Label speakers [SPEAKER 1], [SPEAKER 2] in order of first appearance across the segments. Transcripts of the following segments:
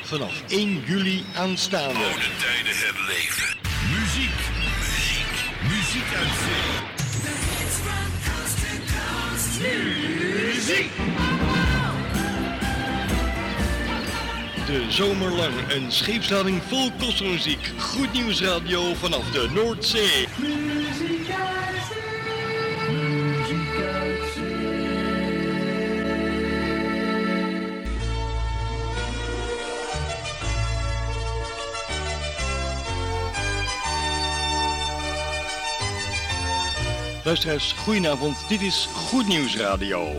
[SPEAKER 1] vanaf 1 juli aanstaande.
[SPEAKER 2] Oude tijden herleven. Muziek, muziek, muziek uit zee. Muziek!
[SPEAKER 1] De zomer lang een scheepslading vol kostenmuziek. Goed Nieuws Radio vanaf de Noordzee.
[SPEAKER 3] Muziek uit zee. Muziek uit zee.
[SPEAKER 1] Luisteraars, goedenavond. Dit is Goed Nieuws Radio.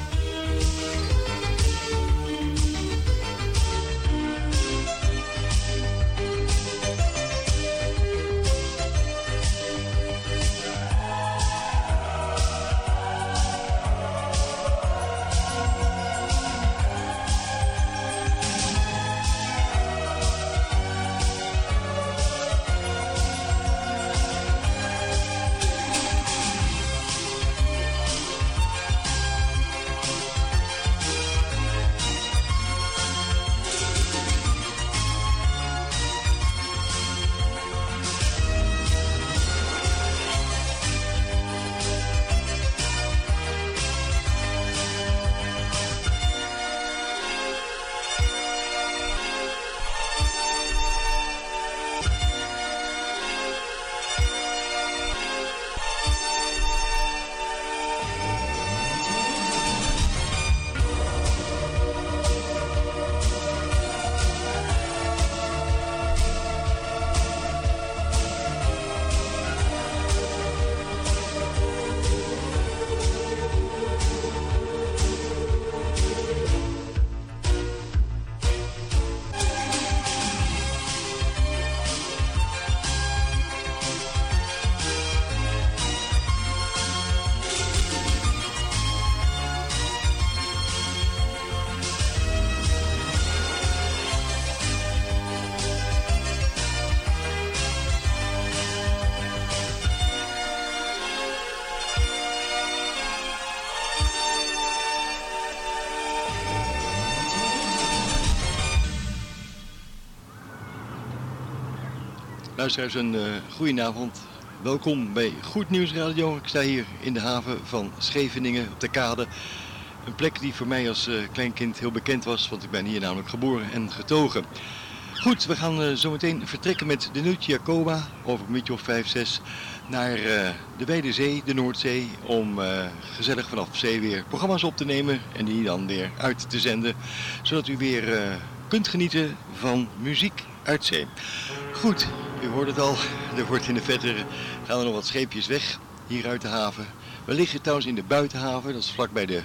[SPEAKER 1] Luisteraars, een goedenavond. Welkom bij Goed Nieuws Radio. Ik sta hier in de haven van Scheveningen op de kade. Een plek die voor mij als kleinkind heel bekend was, want ik ben hier namelijk geboren en getogen. Goed, we gaan zometeen vertrekken met de Nut Jacoba over een beetje of 5, 6 naar de Wijde Zee, de Noordzee, om gezellig vanaf zee weer programma's op te nemen en die dan weer uit te zenden, zodat u weer kunt genieten van muziek uit zee. Goed, u hoort het al, er wordt in de verte gaan er nog wat scheepjes weg hier uit de haven. We liggen trouwens in de buitenhaven, dat is vlakbij de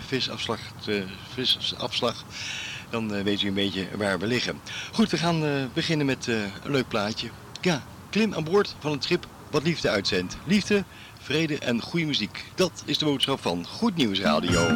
[SPEAKER 1] visafslag. Dan weet u een beetje waar we liggen. Goed, we gaan beginnen met een leuk plaatje. Ja, klim aan boord van het schip wat liefde uitzendt. Liefde, vrede en goede muziek. Dat is de boodschap van Goed Nieuws Radio.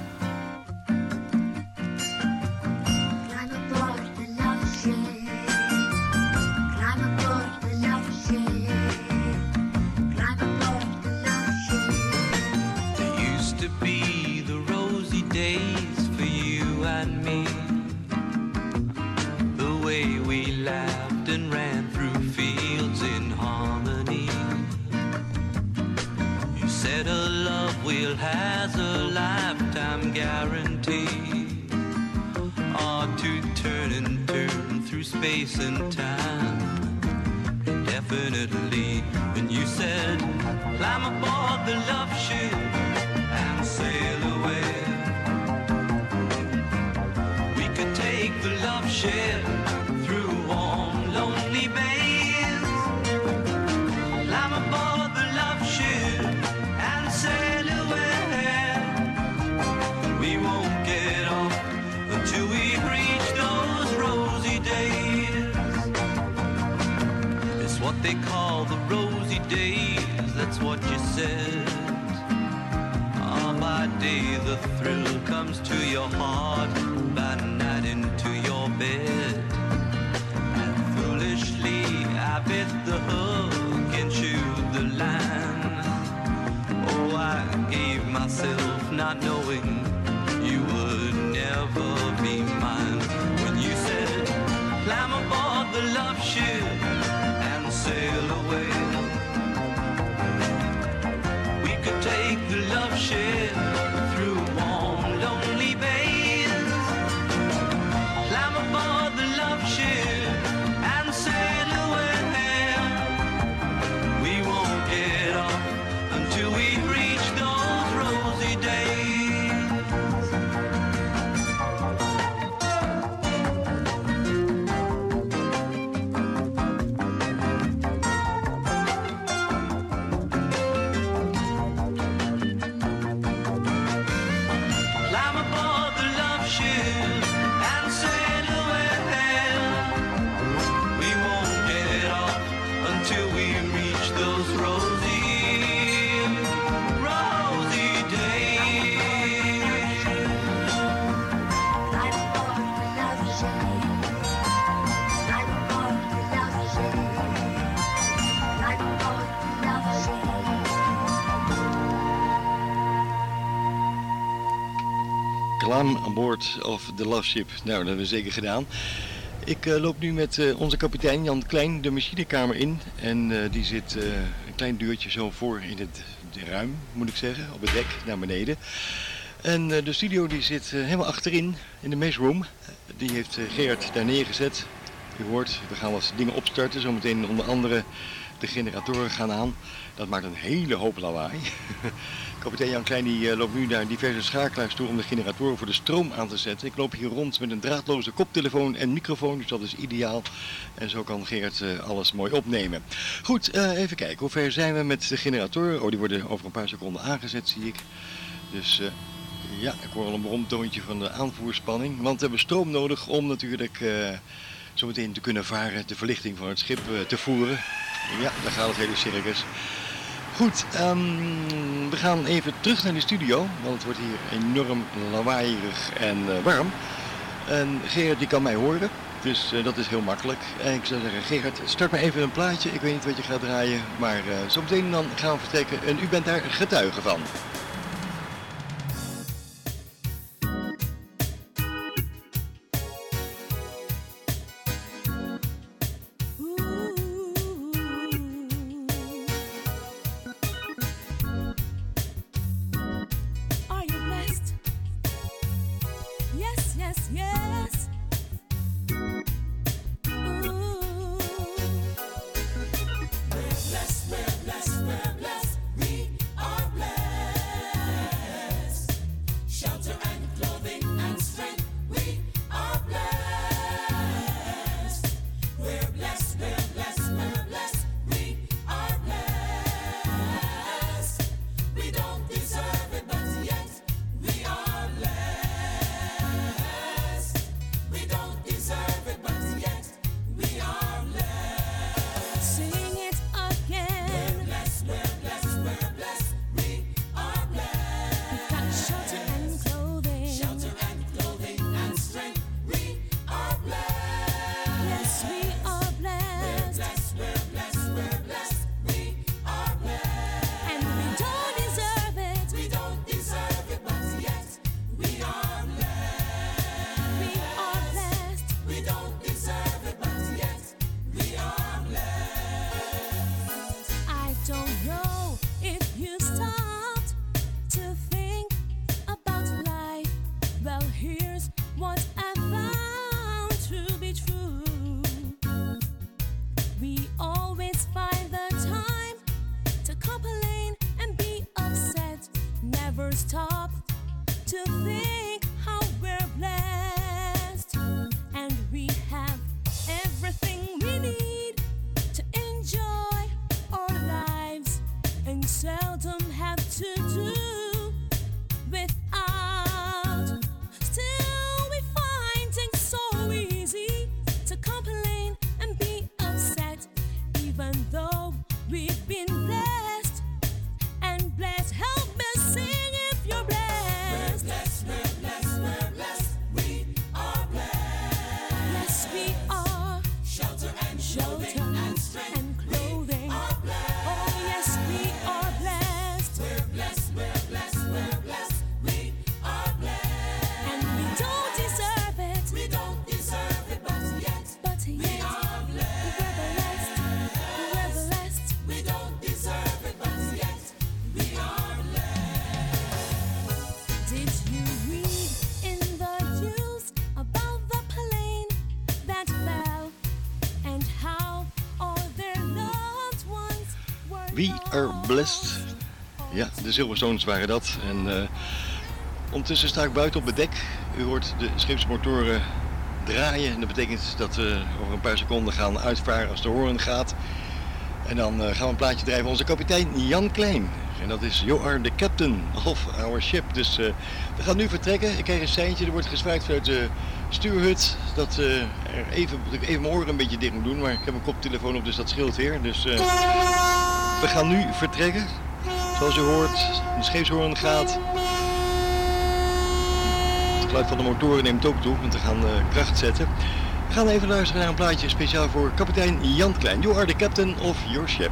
[SPEAKER 4] Has a lifetime guarantee, or to turn and turn through space and time. Definitely, when you said, climb aboard the love ship and sail away, we could take the love ship through warm, lonely bays. Climb aboard the love ship and sail away. We won't get off until we reach those rosy days. It's what they call the rosy days, that's what you said. Oh, by day the thrill comes to your heart, by night into your bed. And foolishly I bit the hook and chewed the line. Oh, I gave myself not knowing you would never be mine. When you said,
[SPEAKER 1] Climb on board of the Love Ship. Nou, dat hebben we zeker gedaan. Ik loop nu met onze kapitein Jan Klein de machinekamer in. En die zit een klein deurtje zo voor in het ruim, moet ik zeggen, op het dek naar beneden. En de studio die zit helemaal achterin in de meshroom. Die heeft Gerard daar neergezet. U hoort, we gaan wat dingen opstarten. Zometeen onder andere de generatoren gaan aan. Dat maakt een hele hoop lawaai. Kapitein Jan Klein die loopt nu naar diverse schakelaars toe om de generatoren voor de stroom aan te zetten. Ik loop hier rond met een draadloze koptelefoon en microfoon, dus dat is ideaal. En zo kan Gerard alles mooi opnemen. Goed, even kijken. Hoe ver zijn we met de generatoren? Oh, die worden over een paar seconden aangezet, zie ik. Dus ja, ik hoor al een bromtoontje van de aanvoerspanning. Want we hebben stroom nodig om natuurlijk zometeen te kunnen varen, de verlichting van het schip te voeren. Ja, daar gaat het hele circus. Goed, we gaan even terug naar de studio, want het wordt hier enorm lawaaierig en warm. En Gerard die kan mij horen, dus dat is heel makkelijk. En ik zou zeggen, Gerard, start maar even een plaatje. Ik weet niet wat je gaat draaien, maar zometeen dan gaan we vertrekken en u bent daar getuige van. We are blessed. Ja, de Silverstones waren dat. En ondertussen sta ik buiten op het dek. U hoort de schipsmotoren draaien. En dat betekent dat we over een paar seconden gaan uitvaren als de hoorn gaat. En dan gaan we een plaatje drijven van onze kapitein Jan Klein. En dat is You are the captain of our ship. Dus we gaan nu vertrekken. Ik krijg een seintje. Er wordt gezwaaid vanuit de stuurhut. Dat ik even mijn oren een beetje dicht moet doen. Maar ik heb een koptelefoon op, dus dat scheelt weer. Dus we gaan nu vertrekken. Zoals u hoort, de scheepshoorn gaat. Het geluid van de motoren neemt ook toe, want we gaan kracht zetten. We gaan even luisteren naar een plaatje speciaal voor kapitein Jan Klein. You are the captain of your ship.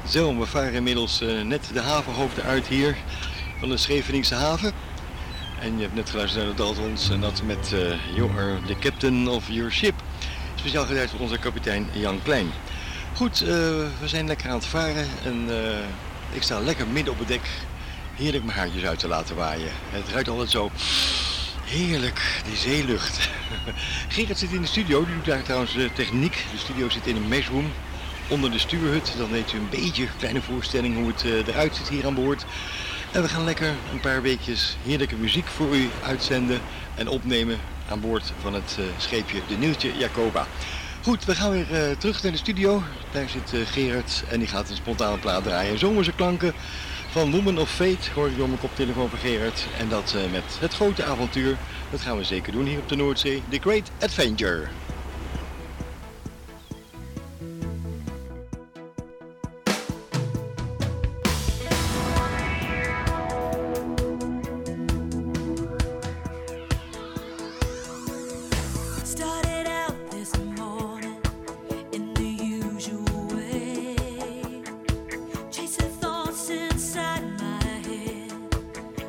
[SPEAKER 1] Zo, we varen inmiddels net de havenhoofden uit hier van de Scheveningse haven. En je hebt net geluisterd naar de Daltons en dat met You Are the Captain of Your Ship. Speciaal gedraaid voor onze kapitein Jan Klein. Goed, we zijn lekker aan het varen en ik sta lekker midden op het dek. Heerlijk mijn haartjes uit te laten waaien. Het ruikt altijd zo heerlijk, die zeelucht. Gerard zit in de studio, die doet daar trouwens de techniek. De studio zit in een meshroom onder de stuurhut. Dan weet u een beetje een kleine voorstelling hoe het eruit ziet hier aan boord. En we gaan lekker een paar weekjes heerlijke muziek voor u uitzenden en opnemen aan boord van het scheepje de Nieuwtje Jacoba. Goed, we gaan weer terug naar de studio. Daar zit Gerard en die gaat een spontane plaat draaien. Zomerse klanken van Woman of Fate hoor ik door mijn koptelefoon van Gerard. En dat met het grote avontuur. Dat gaan we zeker doen hier op de Noordzee. The Great Adventure.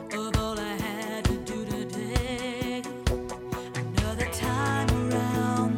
[SPEAKER 5] Time around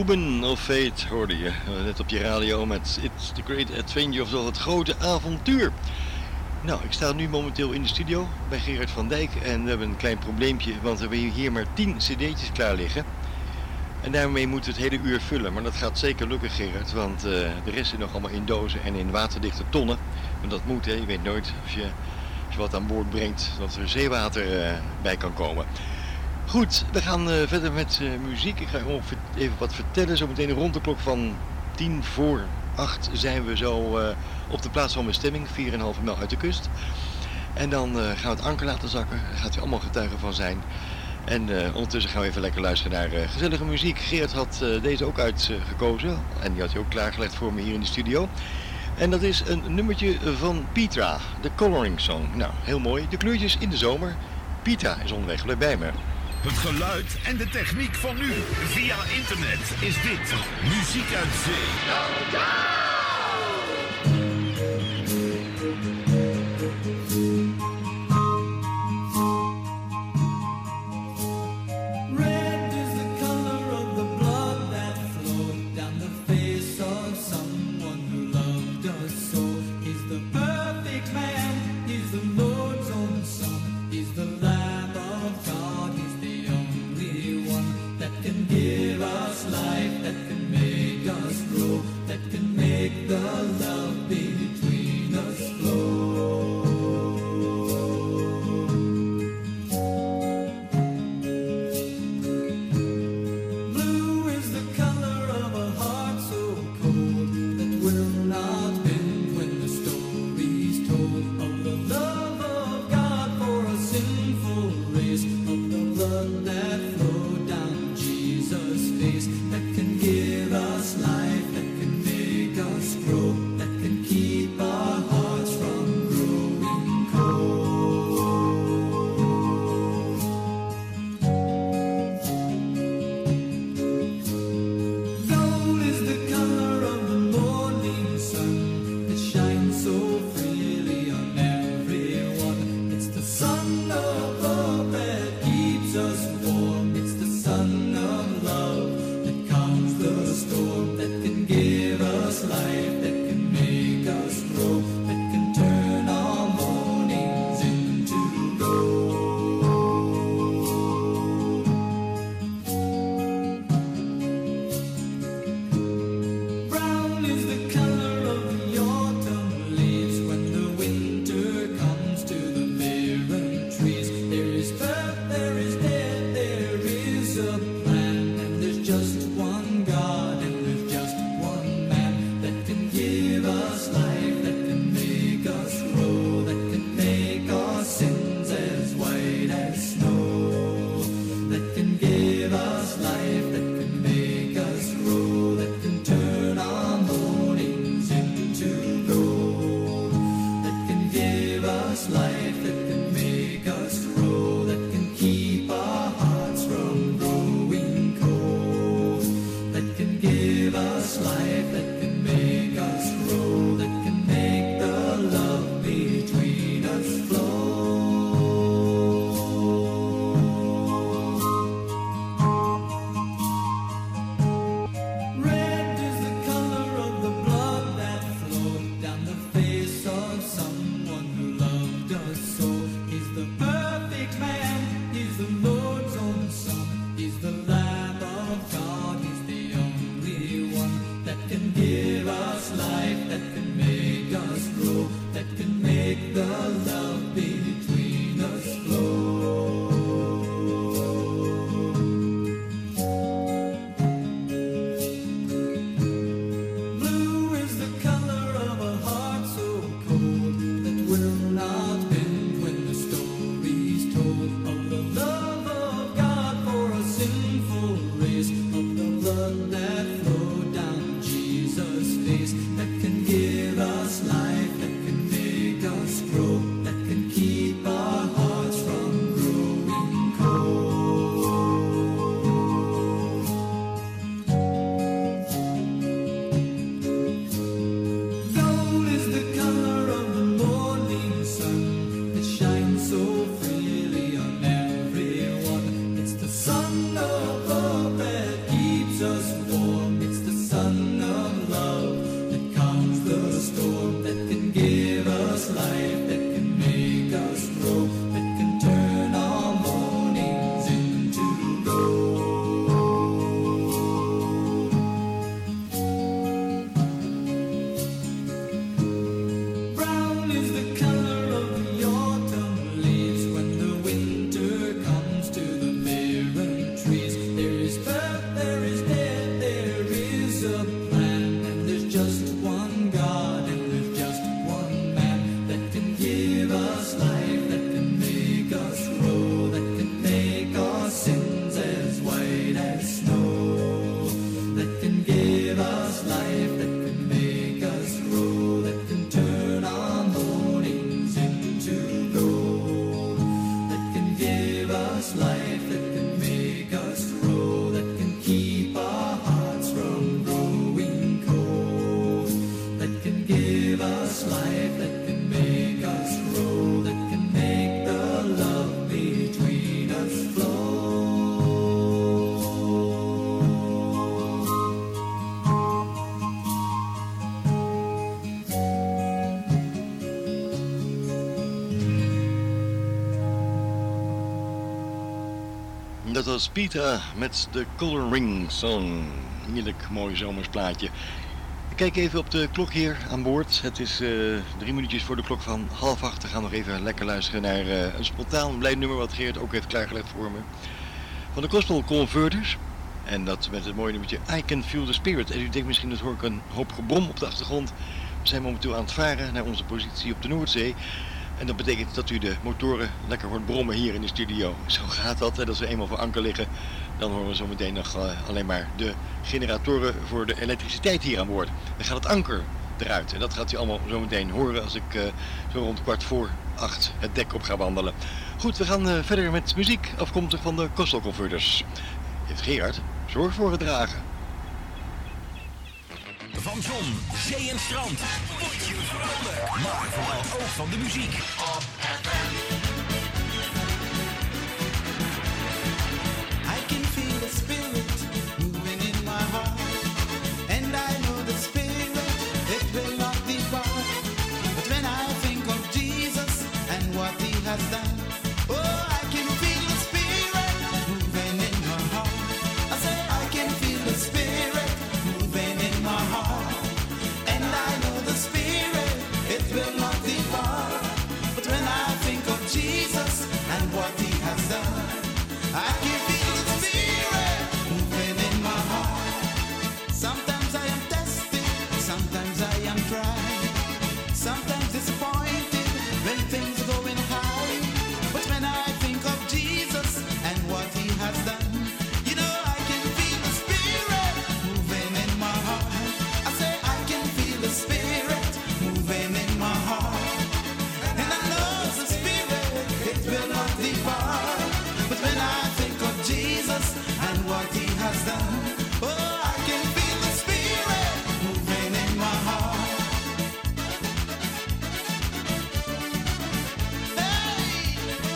[SPEAKER 1] Ruben of Fate hoorde je net op je radio met It's the Great Adventure, oftewel het grote avontuur. Nou, ik sta nu momenteel in de studio bij Gerard van Dijk en we hebben een klein probleempje, want we hebben hier maar 10 cd'tjes klaar liggen. En daarmee moeten we het hele uur vullen, maar dat gaat zeker lukken, Gerard, want de rest zit nog allemaal in dozen en in waterdichte tonnen. En dat moet, hè, je weet nooit als je wat aan boord brengt, dat er zeewater bij kan komen. Goed, we gaan verder met muziek. Ik ga even wat vertellen. Zometeen rond de klok van 7:50 zijn we zo op de plaats van bestemming, 4,5 mijl uit de kust. En dan gaan we het anker laten zakken. Daar gaat u allemaal getuige van zijn. En ondertussen gaan we even lekker luisteren naar gezellige muziek. Geert had deze ook uitgekozen. En die had hij ook klaargelegd voor me hier in de studio. En dat is een nummertje van Petra, de Coloring Song. Nou, heel mooi. De kleurtjes in de zomer. Petra is onderweg. Blijf bij me.
[SPEAKER 2] Het geluid en de techniek van nu. Via internet is dit Muziek uit Zee.
[SPEAKER 5] That a plan, and there's just one God, and there's just one man that can give us life, that can make us grow, that can make our sins as white as snow, that can give us life, that can make us grow, that can turn our mornings into gold, that can give us life, that can make us grow, that can keep our hearts from growing cold, that can give us life, that can make us grow, that can make the love between us flow.
[SPEAKER 1] Dat was Pieter met de Color Ring Song. Heerlijk mooi zomersplaatje. Ik kijk even op de klok hier aan boord. Het is 3 minuutjes voor de klok van 7:30. We gaan nog even lekker luisteren naar een spontaan blij nummer wat Geert ook heeft klaargelegd voor me. Van de Gospel Converters. En dat met het mooie nummertje I Can Feel the Spirit. En u denkt misschien dat hoor ik een hoop gebrom op de achtergrond. We zijn momenteel aan het varen naar onze positie op de Noordzee. En dat betekent dat u de motoren lekker hoort brommen hier in de studio. Zo gaat dat. En als we eenmaal voor anker liggen, dan horen we zo meteen nog alleen maar de generatoren voor de elektriciteit hier aan boord. Dan gaat het anker eruit. En dat gaat u allemaal zo meteen horen als ik zo rond 7:15 het dek op ga wandelen. Goed, we gaan verder met muziek afkomstig van de Gospel Converters. Heeft Gerard zorg voorgedragen.
[SPEAKER 2] Van zon, zee en strand. Word je vrolijk. Maar vooral ook van de muziek. Op FM.
[SPEAKER 6] I can feel the spirit moving in my heart. And I know the spirit, it will not depart. But when I think of Jesus and what he has done, oh, I can feel the spirit moving in my heart. I say I can feel the spirit moving in my heart. And I know the spirit, it will not depart. But when I think of Jesus and what he has done, I can feel the spirit moving in my heart. Sometimes I am tested, sometimes I am tried, sometimes disappointed when things are going high. But when I think of Jesus and what he has done, you know I can feel the spirit moving in my heart. I say I can feel the spirit moving in my heart. And I know the spirit, it will not depart. But when I think of Jesus and what he has done, oh, I can feel the spirit moving in my heart. Hey!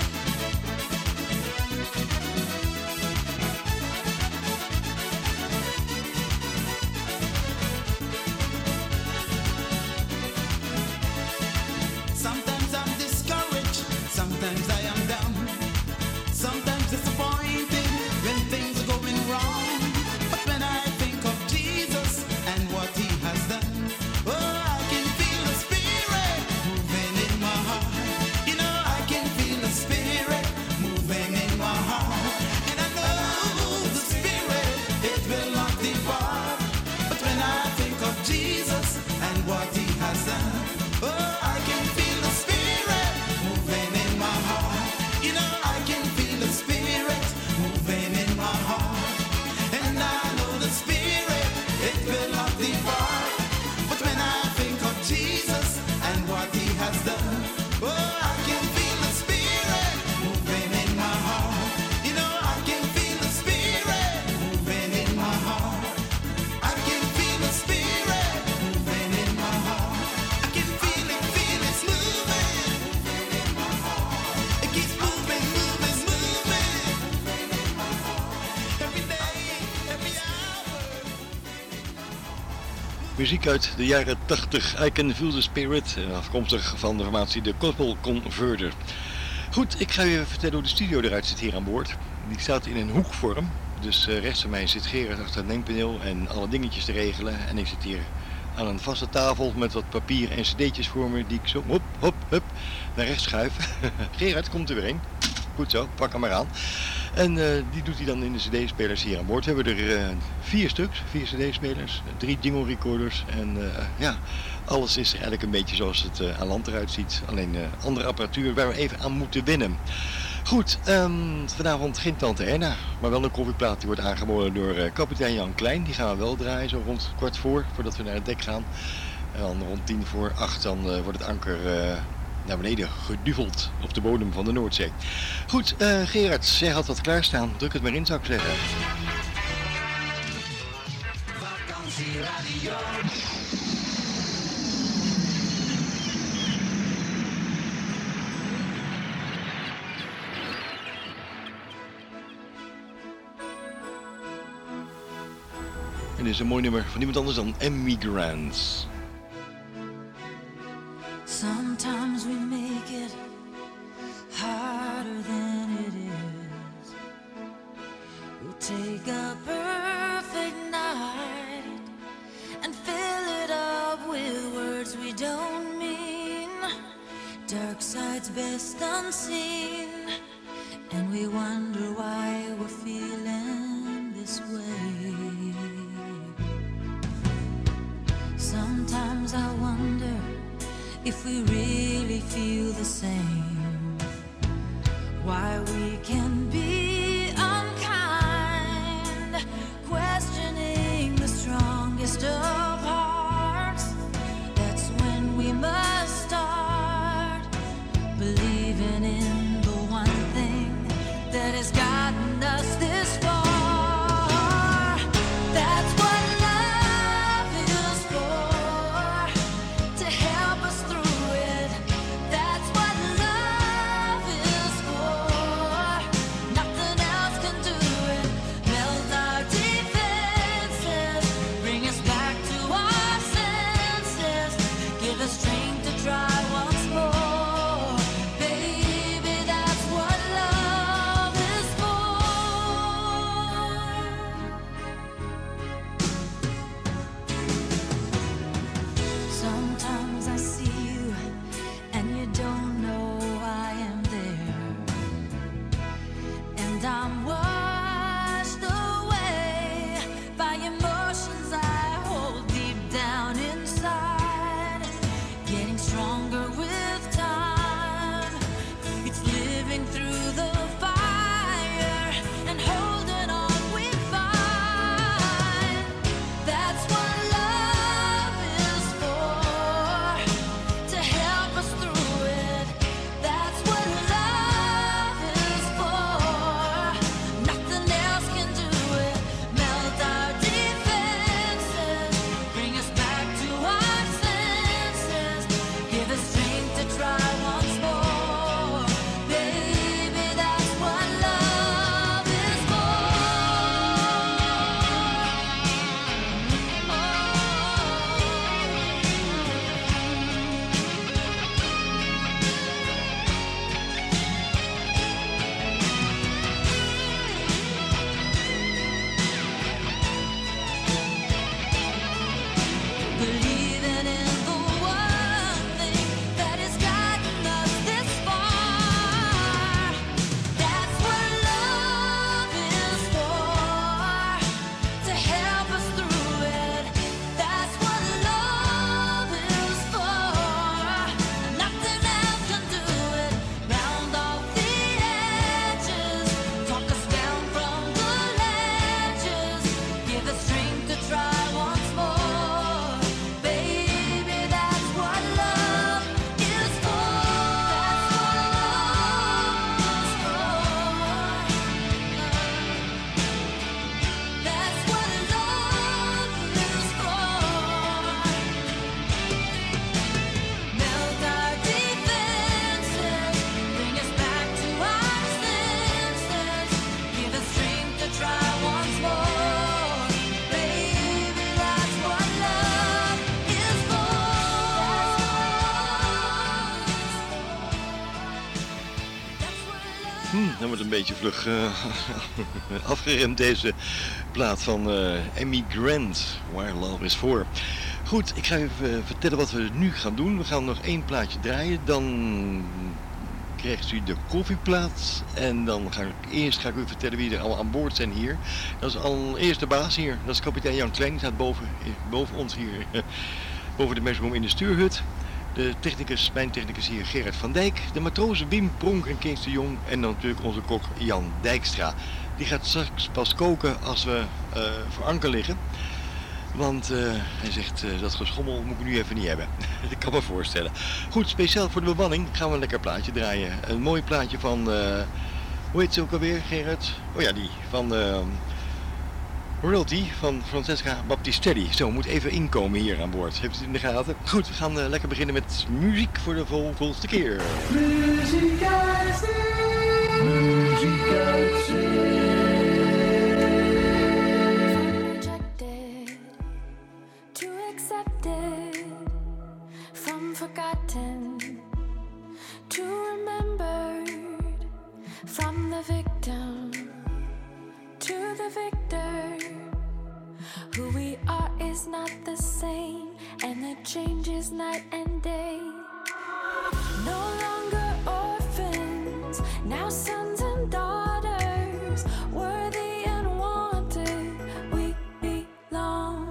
[SPEAKER 6] Sometimes I'm discouraged, sometimes I am down, sometimes disappointed when things are going wrong. But when I think of Jesus and what he has done, oh, I can feel the spirit moving in my heart. You know I can feel the spirit moving in my heart. And I know the spirit, it will not depart. But when I think of Jesus and what he has done, oh, I can feel the spirit moving in my heart. You know I can feel the spirit moving in my heart. And I know the spirit, it will not depart. But when I think of Jesus and what he has done, oh, I can feel the spirit moving in my heart. You know I can feel the spirit moving in my heart. I can feel the spirit moving in my heart. I can feel it's moving in my heart. It keeps moving, moving, moving in my heart. Every day, every hour.
[SPEAKER 1] Muziek uit de jaren 80. I Can Feel the Spirit. Afkomstig van de formatie de Gospel Converter. Goed, ik ga u even vertellen hoe de studio eruit ziet hier aan boord. Die staat in een hoekvorm. Dus rechts van mij zit Gerard achter het mengpaneel en alle dingetjes te regelen. En ik zit hier aan een vaste tafel met wat papier en cd'tjes voor me die ik zo hop naar rechts schuif. Gerard, komt er weer een. Goed zo, pak hem maar aan. En die doet hij dan in de cd-spelers hier aan boord. We hebben er 4 stuks, 4 cd-spelers, 3 jingle recorders. En ja, alles is eigenlijk een beetje zoals het aan land eruit ziet. Alleen andere apparatuur waar we even aan moeten wennen. Goed, vanavond geen Tante Erna, maar wel een koffieplaat die wordt aangeboden door kapitein Jan Klein. Die gaan we wel draaien, zo rond 7:15 voordat we naar het dek gaan. En dan rond 7:50 dan wordt het anker naar beneden geduveld op de bodem van de Noordzee. Goed, Gerard, jij had wat klaarstaan. Druk het maar in, zou ik zeggen.
[SPEAKER 2] Vakantieradio.
[SPEAKER 1] En dit is een mooi nummer van niemand anders dan Emigrants.
[SPEAKER 7] Sometimes we make it harder than it is. We'll take a perfect night and fill it up with words we don't mean. Dark sides best unseen, and we wonder why we're feeling this way. Sometimes I wonder if we really feel the same, why we can be unkind, questioning the strongest of hearts. That's when we must start believing in the one thing that has gotten us this far. That's what
[SPEAKER 1] Dan wordt een beetje vlug afgeremd deze plaat van Emigrants, Where Love Is For. Goed, ik ga even vertellen wat we nu gaan doen. We gaan nog 1 plaatje draaien, dan krijgt u de koffieplaat. En dan ga ik u vertellen wie er allemaal aan boord zijn hier. Dat is allereerst de baas hier. Dat is kapitein Jan Klein. Die staat boven ons hier. Boven de mesboom in de stuurhut. De technicus, mijn technicus hier, Gerard van Dijk. De matrozen Wim Pronk en Kees de Jong. En dan natuurlijk onze kok Jan Dijkstra. Die gaat straks pas koken als we voor anker liggen. Want hij zegt, dat geschommel moet ik nu even niet hebben. Ik kan me voorstellen. Goed, speciaal voor de bemanning gaan we een lekker plaatje draaien. Een mooi plaatje van, hoe heet ze ook alweer, Gerard? Oh ja, die van Royalty van Francesca Baptistelli. Zo, moet even inkomen hier aan boord. Heeft u het in de gaten? Goed, we gaan lekker beginnen met muziek voor de volgende keer.
[SPEAKER 3] Muziek uit zee. Muziek uit zee.
[SPEAKER 8] Forgotten to remembered, from the victim to the victor. Who we are is not the same, and the change is night and day. No longer orphans, now sons and daughters, worthy and wanted, we belong.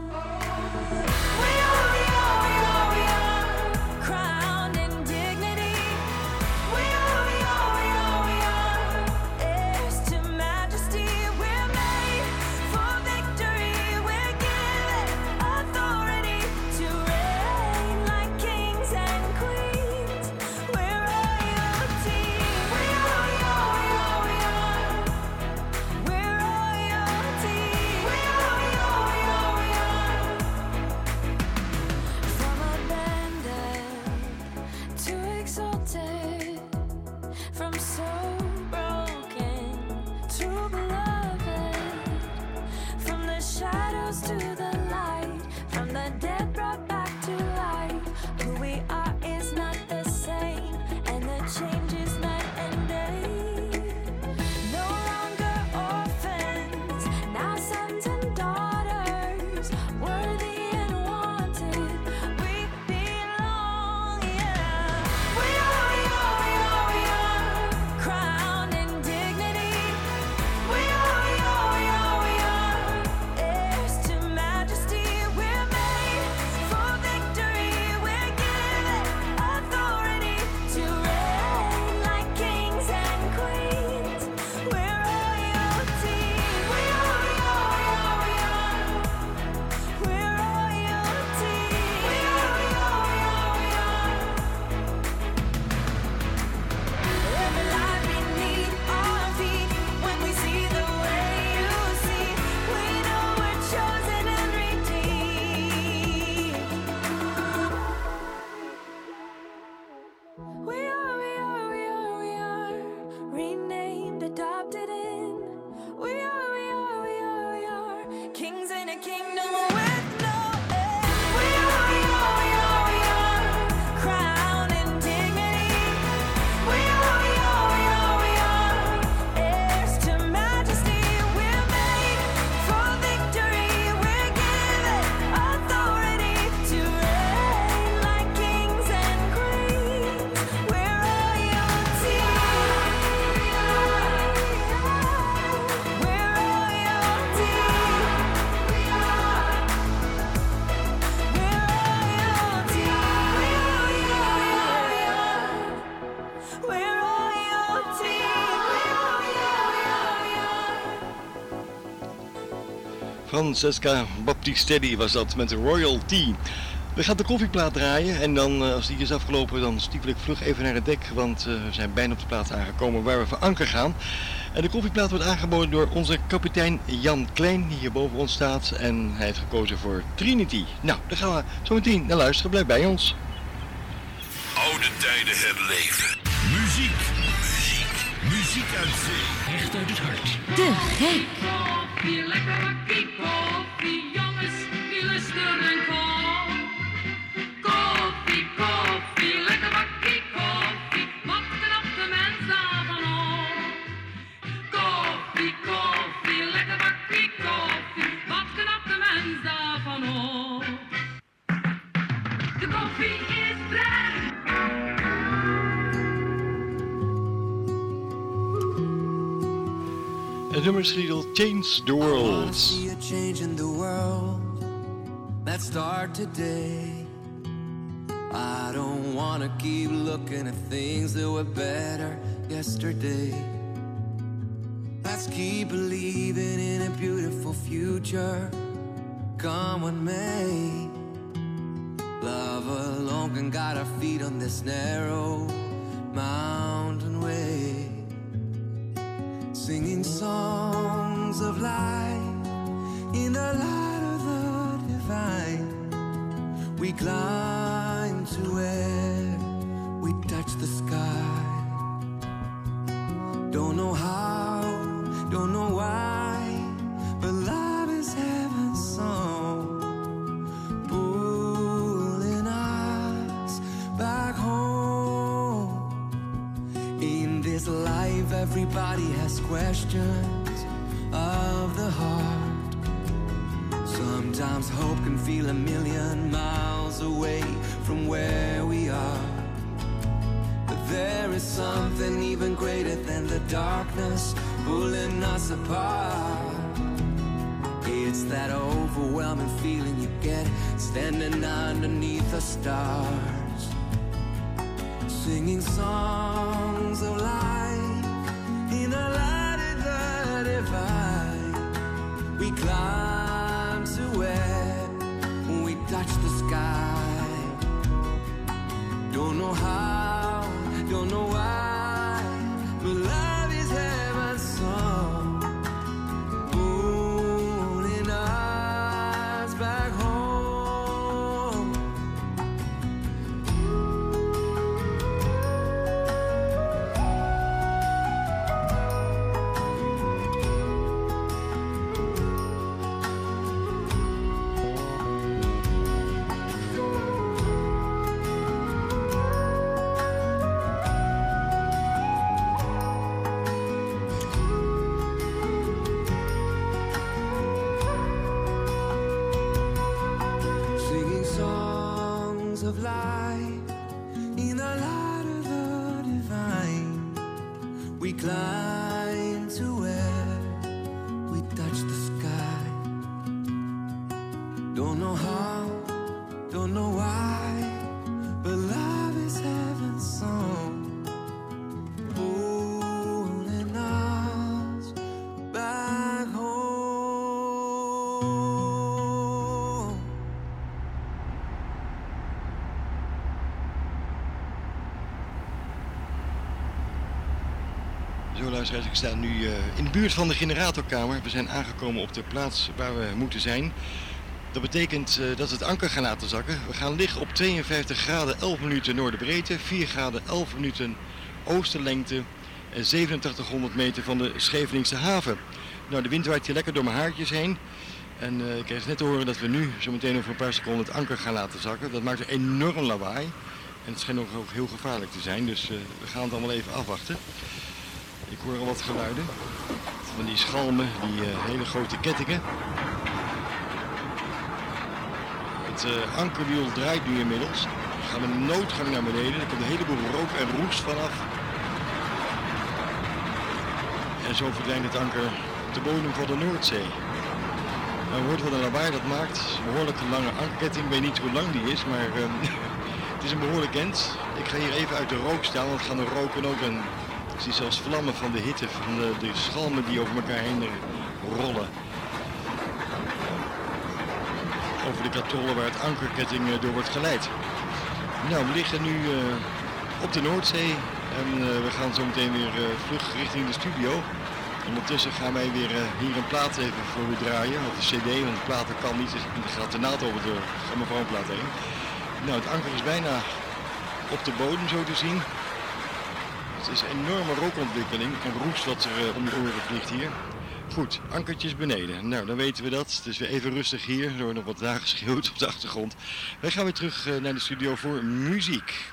[SPEAKER 1] Francesca Baptistelli was dat met Royalty. We gaan de koffieplaat draaien en dan als die is afgelopen dan stiefel ik vlug even naar het dek, want we zijn bijna op de plaats aangekomen waar we voor anker gaan. En de koffieplaat wordt aangeboden door onze kapitein Jan Klein die hier boven ons staat en hij heeft gekozen voor Trinity. Nou, daar gaan we zo meteen naar luisteren, blijf bij ons.
[SPEAKER 2] Oude tijden herleven. Muziek, muziek uit zee.
[SPEAKER 9] Echt uit het hart.
[SPEAKER 7] De gek.
[SPEAKER 3] Koffie, lekker bakkie koffie, jongens, die luisteren kom. Koffie, koffie, lekker bakkie koffie, wat knapt de mens daarvan op? Koffie, koffie, lekker bakkie koffie, wat knapt de mens daarvan op? De koffie is blij.
[SPEAKER 1] nummer is getiteld Change the
[SPEAKER 9] I wanna
[SPEAKER 1] World.
[SPEAKER 9] see a change in the world. Let's start today. I don't wanna keep looking at things that were better yesterday. Let's keep believing in a beautiful future, come what may. Love alone can guide our feet on this narrow mountain way. Singing songs of life in the light of the divine. We climb to where we touch the sky. Don't know how, don't know why, but love is heaven's song, pulling us back home. In this life, everybody has questions of the heart. Sometimes hope can feel a million miles away from where we are. But there is something even greater than the darkness pulling us apart. It's that overwhelming feeling you get standing underneath the stars, singing songs of life in the light of the divine. We climb to where we touch the sky. Don't know how, don't know why, but love is heaven's song, pulling us back home. Singing songs of life in the light of the divine. We climb to where we touch the sky. Don't know how, don't know why, but love is heaven's song, pulling us back home.
[SPEAKER 1] Zo luisteraars, ik sta nu in de buurt van de generatorkamer. We zijn aangekomen op de plaats waar we moeten zijn. Dat betekent dat we het anker gaan laten zakken. We gaan liggen op 52 graden 11 minuten noorderbreedte, 4 graden 11 minuten oosterlengte en 8700 meter van de Scheveningse haven. Nou, de wind waait hier lekker door mijn haartjes heen. En ik kreeg net te horen dat we nu zo meteen over een paar seconden het anker gaan laten zakken. Dat maakt een enorm lawaai. En het schijnt ook heel gevaarlijk te zijn, dus we gaan het allemaal even afwachten. Ik hoor al wat geluiden van die schalmen, die hele grote kettingen. Het ankerwiel draait nu inmiddels. We gaan met een noodgang naar beneden. Er komt een heleboel rook en roest vanaf. En zo verdwijnt het anker op de bodem van de Noordzee. Nou, hoort wat een lawaai dat maakt. Het is een behoorlijk lange ankerketting. Ik weet niet hoe lang die is, maar het is een behoorlijk end. Ik ga hier even uit de rook staan, want het gaan er roken ook. En ik zie zelfs vlammen van de hitte, van de schalmen die over elkaar heen rollen. Over de katollen waar het ankerketting door wordt geleid. Nou, we liggen nu op de Noordzee en we gaan zo meteen weer vlug richting de studio. Ondertussen gaan wij weer hier een plaat even voor u draaien, of de cd, want de platen kan niet, dus er gaat de naald over de grammofoonplaat heen. Nou, het anker is bijna op de bodem zo te zien. Het is een enorme rookontwikkeling en roest wat er om de oren vliegt hier. Goed, ankertjes beneden. Nou, dan weten we dat. Het is weer even rustig hier. Er wordt nog wat nageschreeuwd op de achtergrond. Wij gaan weer terug naar de studio voor muziek.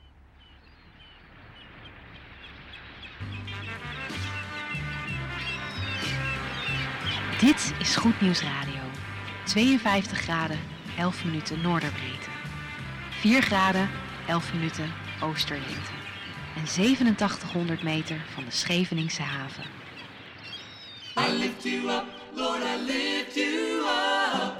[SPEAKER 10] Dit is Goed Nieuws Radio. 52 graden, 11 minuten noorderbreedte. 4 graden, 11 minuten oosterlengte. En 8700 meter van de Scheveningse haven.
[SPEAKER 5] I lift you up, Lord, I lift you up.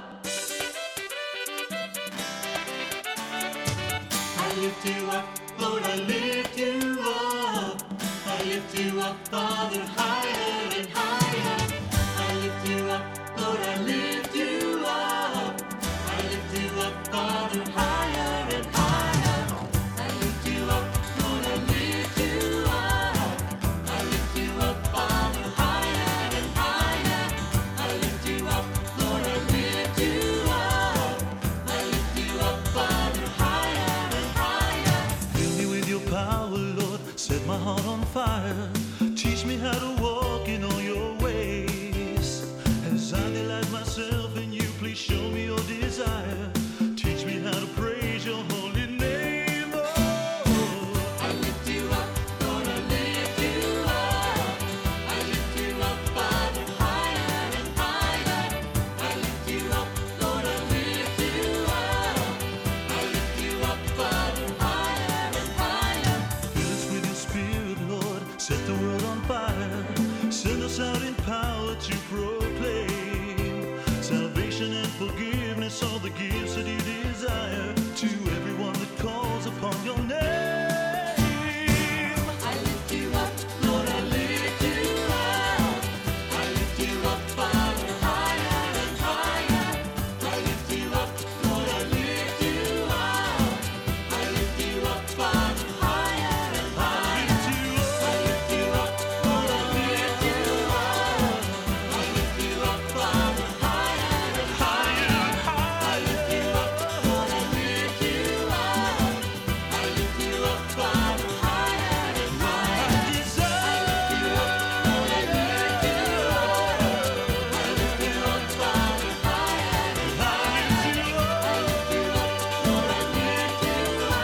[SPEAKER 5] I lift you up, Lord, I lift you up. I lift you up, Father, higher and higher. I lift you up, Lord, I lift you up. I lift you up, Father, higher and higher. I lift you up, Lord, I lift you up. I lift you up, Father, higher and higher. I lift you up, Lord, I lift you up. I lift you up, Father, higher and higher.
[SPEAKER 11] Fill me with your power, Lord. Set my heart on fire. Teach me how to walk in all your ways. As I delight myself in you, please show me your desire. Teach me how to praise your holy name. Oh,
[SPEAKER 5] I lift you up, Lord, I lift you up. I lift you up, Father, higher and higher. I lift you up, Lord, I lift you up. I lift you up, Father, higher and higher.
[SPEAKER 11] fill us with your spirit, Lord. Set the world on fire. Send us out in power to proclaim salvation and forgiveness, all the gifts that you desire. To everyone that calls upon your name.
[SPEAKER 5] I lift you up, Lord, I lift you up. I lift you up, Father, higher and higher. I lift you up, Lord, I lift you up. I lift you up, Father, higher and higher. I lift you up, Lord, I lift you up. I lift you up, Father, higher and higher. I lift you up, Lord, I lift you up. I lift you up, Father, higher and higher. I lift you up, Lord, I lift you up. I lift you up, Father, higher and higher. I lift you up, Lord, I lift you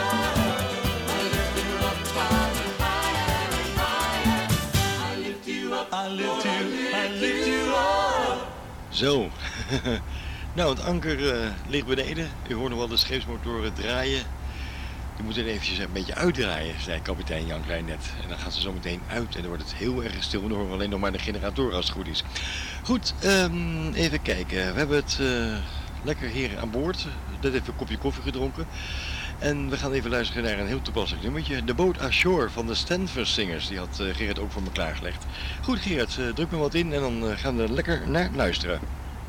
[SPEAKER 5] up. I lift you up, Father, higher and higher. I lift you up,
[SPEAKER 11] I lift
[SPEAKER 5] Lord,
[SPEAKER 11] you, I lift you up.
[SPEAKER 1] Zo. Nou, het anker ligt beneden. U hoort nog wel de scheepsmotoren draaien. Die moeten er eventjes een beetje uitdraaien, zei kapitein Jan Klein net. En dan gaan ze zo meteen uit en dan wordt het heel erg stil. Dan horen we alleen nog maar de generator als het goed is. Goed, even kijken. We hebben het lekker hier aan boord. Net even een kopje koffie gedronken. En we gaan even luisteren naar een heel toepasselijk nummertje. De Boat Ashore van de Stanford Singers. Die had Gerard ook voor me klaargelegd. Goed Gerard, druk me wat in en dan gaan we er lekker naar luisteren.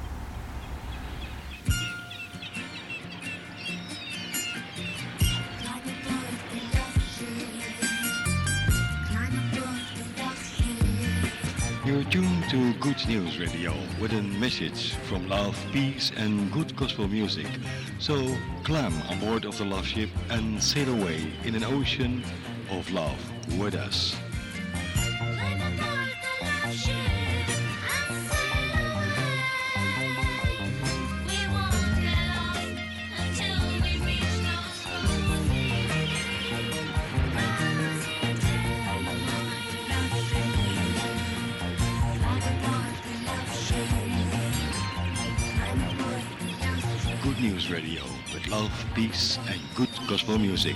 [SPEAKER 1] You're tuned to Good News Radio with a message from love, peace and good gospel music. So climb on board of the love ship and sail away in an ocean of love with us. Good News Radio with love, peace and good gospel music.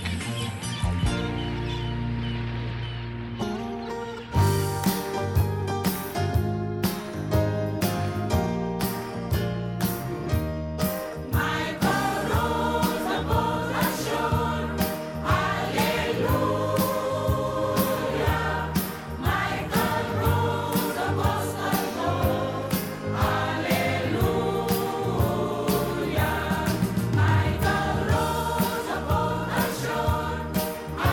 [SPEAKER 5] Hallelujah.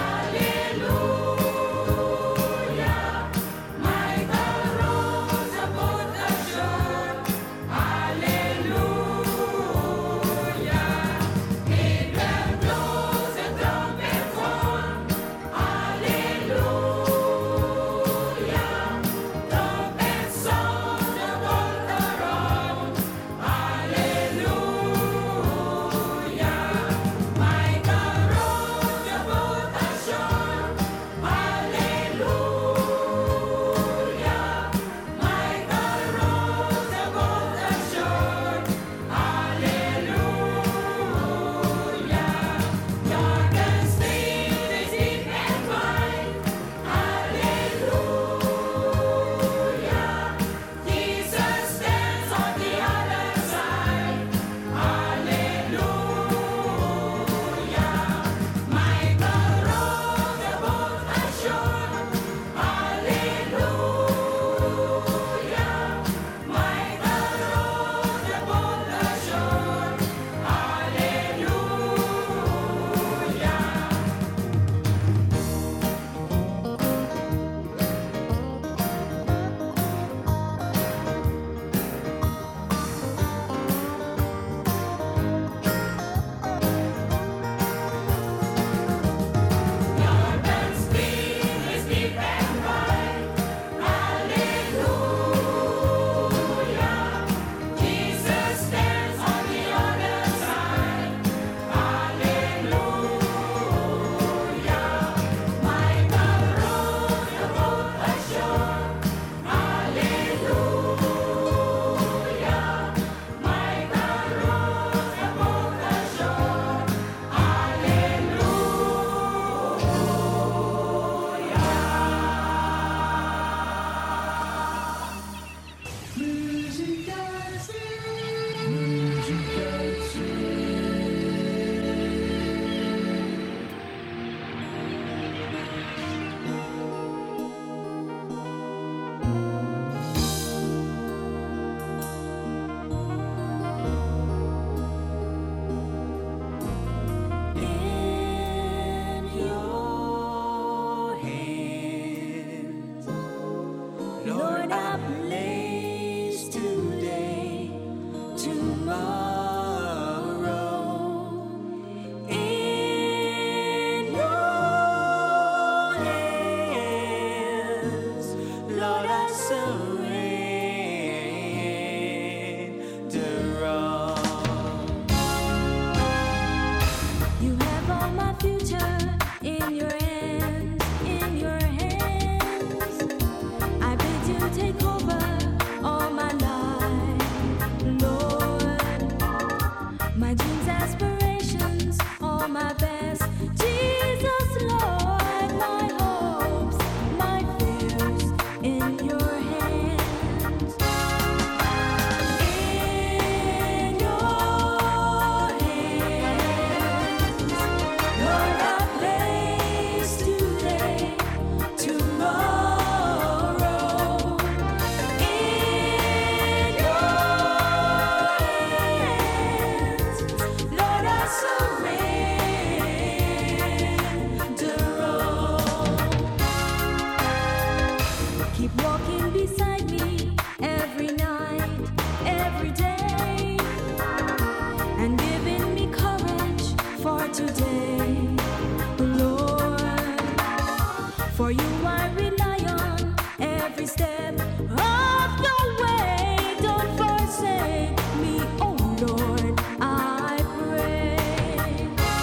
[SPEAKER 8] today, Lord. For you I rely on every step of the way. Don't forsake me, oh Lord, I pray.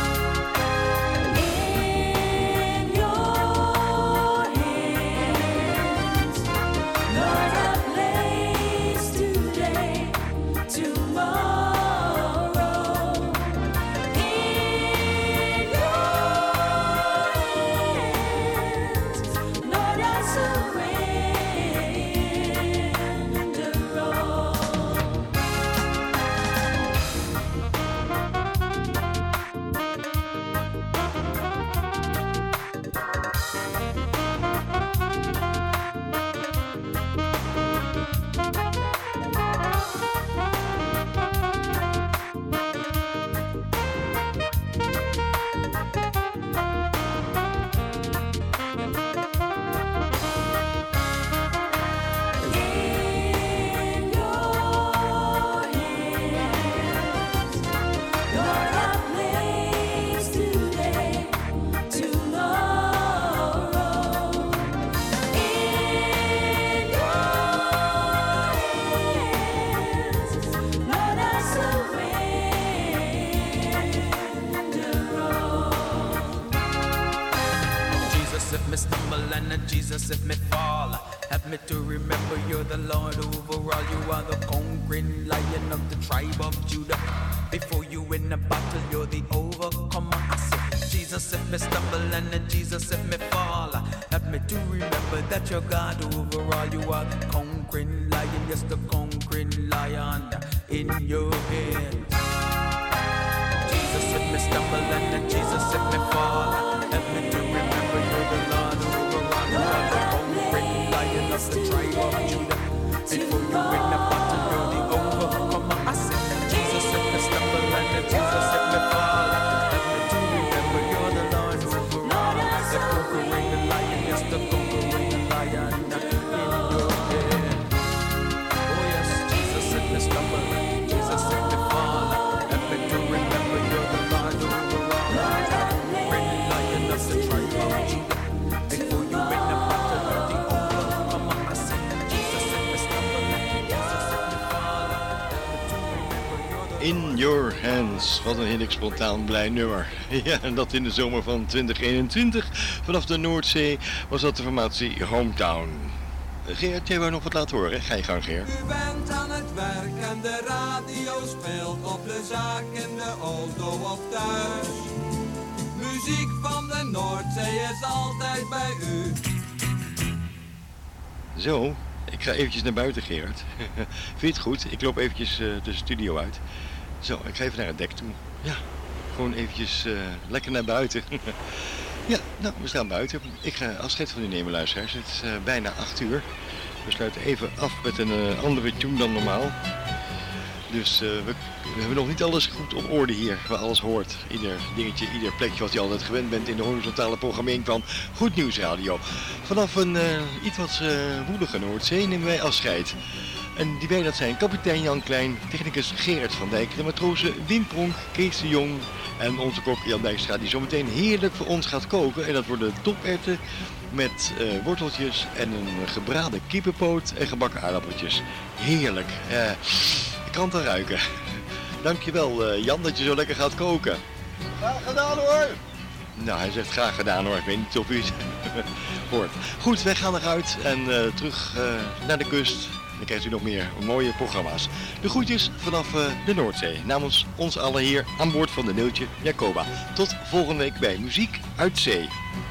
[SPEAKER 8] In your hands, Lord, I place today, tomorrow. In your hands, Lord, I surrender all. In your hands, Lord, I place today, tomorrow. In your hands, Lord, I surrender all.
[SPEAKER 12] Jesus, if me stumble and Jesus, if me fall, help me to remember you're the Lord over all. You are the conquering lion of the tribe of Judah. Before you in the battle, you're the overcomer. I say, Jesus, if me stumble and Jesus, if me fall, help me to remember that you're God over all. You are the conquering lion, yes, the conquering lion in your hands. Jesus, if me stumble and Jesus, if me fall, help me to remember you're the Lord over all. You are the conquering lion of the tribe of Judah. Before you in the battle, you're the overcomer. I said, Jesus, if me stumble and Jesus, if me fall, help me to remember you're the Lord over all. The conquering lion, yes, the conquering lion in your hand. Oh yes, Jesus, if me stumble and Jesus, if me fall, help me to remember you're the Lord over all. The conquering lion of the tribe of Judah. Before you in the battle, you're the overcomer. I said, Jesus, if me stumble and Jesus, if me fall, help me to remember you're the
[SPEAKER 1] In Your Hands. Wat een heerlijk spontaan blij nummer. Ja, en dat in de zomer van 2021. Vanaf de Noordzee was dat de formatie Hometown. Geert, jij wou nog wat laten horen? Ga je gang, Geert.
[SPEAKER 9] U bent aan het werk en de radio speelt op de zaak in de auto of thuis. Muziek van de Noordzee is altijd bij u.
[SPEAKER 1] Zo, ik ga eventjes naar buiten, Gerard. Vind je het goed? Ik loop eventjes de studio uit. Zo, ik ga even naar het dek toe. Ja, gewoon eventjes lekker naar buiten. Ja, nou, we staan buiten. Ik ga afscheid van u nemen, luisteraars. Het is bijna 8 uur. We sluiten even af met een andere tune dan normaal. Dus we hebben nog niet alles goed op orde hier, waar alles hoort. Ieder dingetje, ieder plekje wat je altijd gewend bent in de horizontale programmering van Goed Nieuws Radio. Vanaf een iets wat woelige Noordzee nemen wij afscheid. En die wij, dat zijn kapitein Jan Klein, technicus Gerard van Dijk, de matrozen Wim Pronk, Kees de Jong en onze kok Jan Dijkstra, die zometeen heerlijk voor ons gaat koken. En dat worden toperwten met worteltjes en een gebraden kippenpoot en gebakken aardappeltjes. Heerlijk. Ik kan het al ruiken. Dankjewel Jan dat je zo lekker gaat koken. Graag gedaan hoor. Nou, hij zegt graag gedaan hoor. Ik weet niet of u het hoort. Goed, wij gaan eruit en terug naar de kust. Dan krijgt u nog meer mooie programma's. De groetjes vanaf de Noordzee. Namens ons allen hier aan boord van de Neeltje Jacoba. Tot volgende week bij Muziek uit Zee.